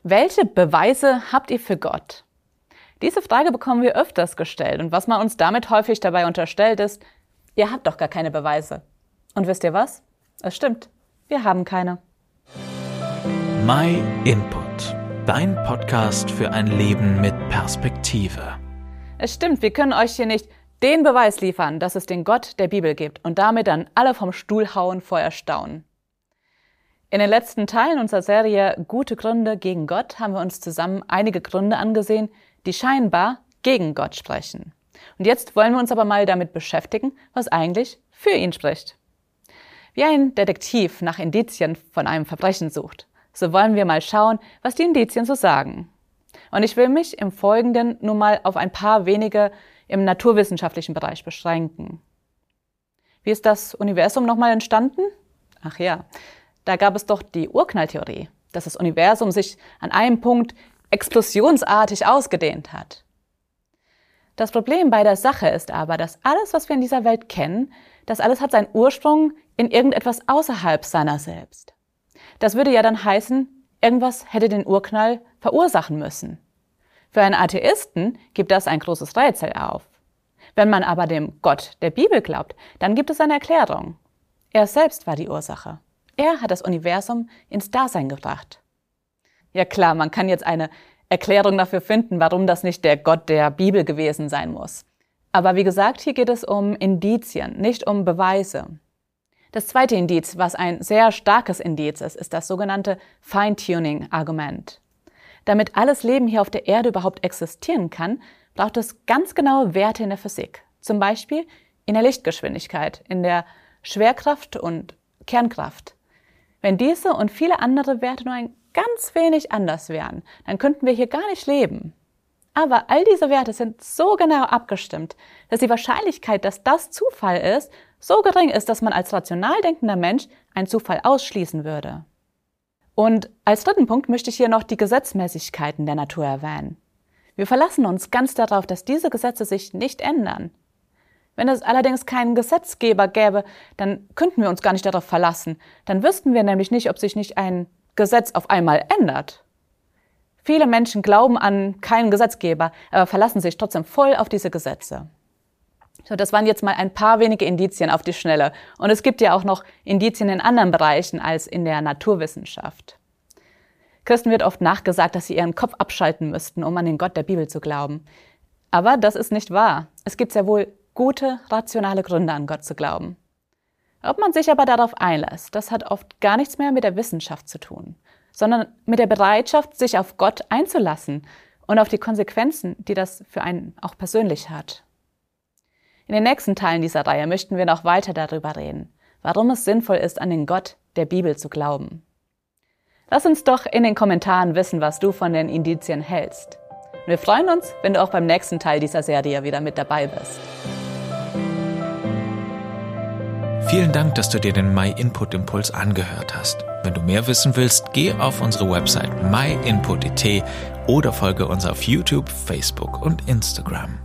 Welche Beweise habt ihr für Gott? Diese Frage bekommen wir öfters gestellt und was man uns damit häufig dabei unterstellt ist, ihr habt doch gar keine Beweise. Und wisst ihr was? Es stimmt, wir haben keine. My Input, dein Podcast für ein Leben mit Perspektive. Es stimmt, wir können euch hier nicht den Beweis liefern, dass es den Gott der Bibel gibt und damit dann alle vom Stuhl hauen vor Erstaunen. In den letzten Teilen unserer Serie Gute Gründe gegen Gott haben wir uns zusammen einige Gründe angesehen, die scheinbar gegen Gott sprechen. Und jetzt wollen wir uns aber mal damit beschäftigen, was eigentlich für ihn spricht. Wie ein Detektiv nach Indizien von einem Verbrechen sucht, so wollen wir mal schauen, was die Indizien so sagen. Und ich will mich im Folgenden nur mal auf ein paar wenige im naturwissenschaftlichen Bereich beschränken. Wie ist das Universum nochmal entstanden? Ach ja, da gab es doch die Urknalltheorie, dass das Universum sich an einem Punkt explosionsartig ausgedehnt hat. Das Problem bei der Sache ist aber, dass alles, was wir in dieser Welt kennen, das alles hat seinen Ursprung in irgendetwas außerhalb seiner selbst. Das würde ja dann heißen, irgendwas hätte den Urknall verursachen müssen. Für einen Atheisten gibt das ein großes Rätsel auf. Wenn man aber dem Gott der Bibel glaubt, dann gibt es eine Erklärung. Er selbst war die Ursache. Er hat das Universum ins Dasein gebracht. Ja klar, man kann jetzt eine Erklärung dafür finden, warum das nicht der Gott der Bibel gewesen sein muss. Aber wie gesagt, hier geht es um Indizien, nicht um Beweise. Das zweite Indiz, was ein sehr starkes Indiz ist, ist das sogenannte Feintuning-Argument. Damit alles Leben hier auf der Erde überhaupt existieren kann, braucht es ganz genaue Werte in der Physik. Zum Beispiel in der Lichtgeschwindigkeit, in der Schwerkraft und Kernkraft. Wenn diese und viele andere Werte nur ein ganz wenig anders wären, dann könnten wir hier gar nicht leben. Aber all diese Werte sind so genau abgestimmt, dass die Wahrscheinlichkeit, dass das Zufall ist, so gering ist, dass man als rational denkender Mensch einen Zufall ausschließen würde. Und als dritten Punkt möchte ich hier noch die Gesetzmäßigkeiten der Natur erwähnen. Wir verlassen uns ganz darauf, dass diese Gesetze sich nicht ändern. Wenn es allerdings keinen Gesetzgeber gäbe, dann könnten wir uns gar nicht darauf verlassen. Dann wüssten wir nämlich nicht, ob sich nicht ein Gesetz auf einmal ändert. Viele Menschen glauben an keinen Gesetzgeber, aber verlassen sich trotzdem voll auf diese Gesetze. So, das waren jetzt mal ein paar wenige Indizien auf die Schnelle. Und es gibt ja auch noch Indizien in anderen Bereichen als in der Naturwissenschaft. Christen wird oft nachgesagt, dass sie ihren Kopf abschalten müssten, um an den Gott der Bibel zu glauben. Aber das ist nicht wahr. Es gibt sehr wohl gute, rationale Gründe, an Gott zu glauben. Ob man sich aber darauf einlässt, das hat oft gar nichts mehr mit der Wissenschaft zu tun, sondern mit der Bereitschaft, sich auf Gott einzulassen und auf die Konsequenzen, die das für einen auch persönlich hat. In den nächsten Teilen dieser Reihe möchten wir noch weiter darüber reden, warum es sinnvoll ist, an den Gott der Bibel zu glauben. Lass uns doch in den Kommentaren wissen, was du von den Indizien hältst. Und wir freuen uns, wenn du auch beim nächsten Teil dieser Serie wieder mit dabei bist. Vielen Dank, dass du dir den My Input Impuls angehört hast. Wenn du mehr wissen willst, geh auf unsere Website myinput.it oder folge uns auf YouTube, Facebook und Instagram.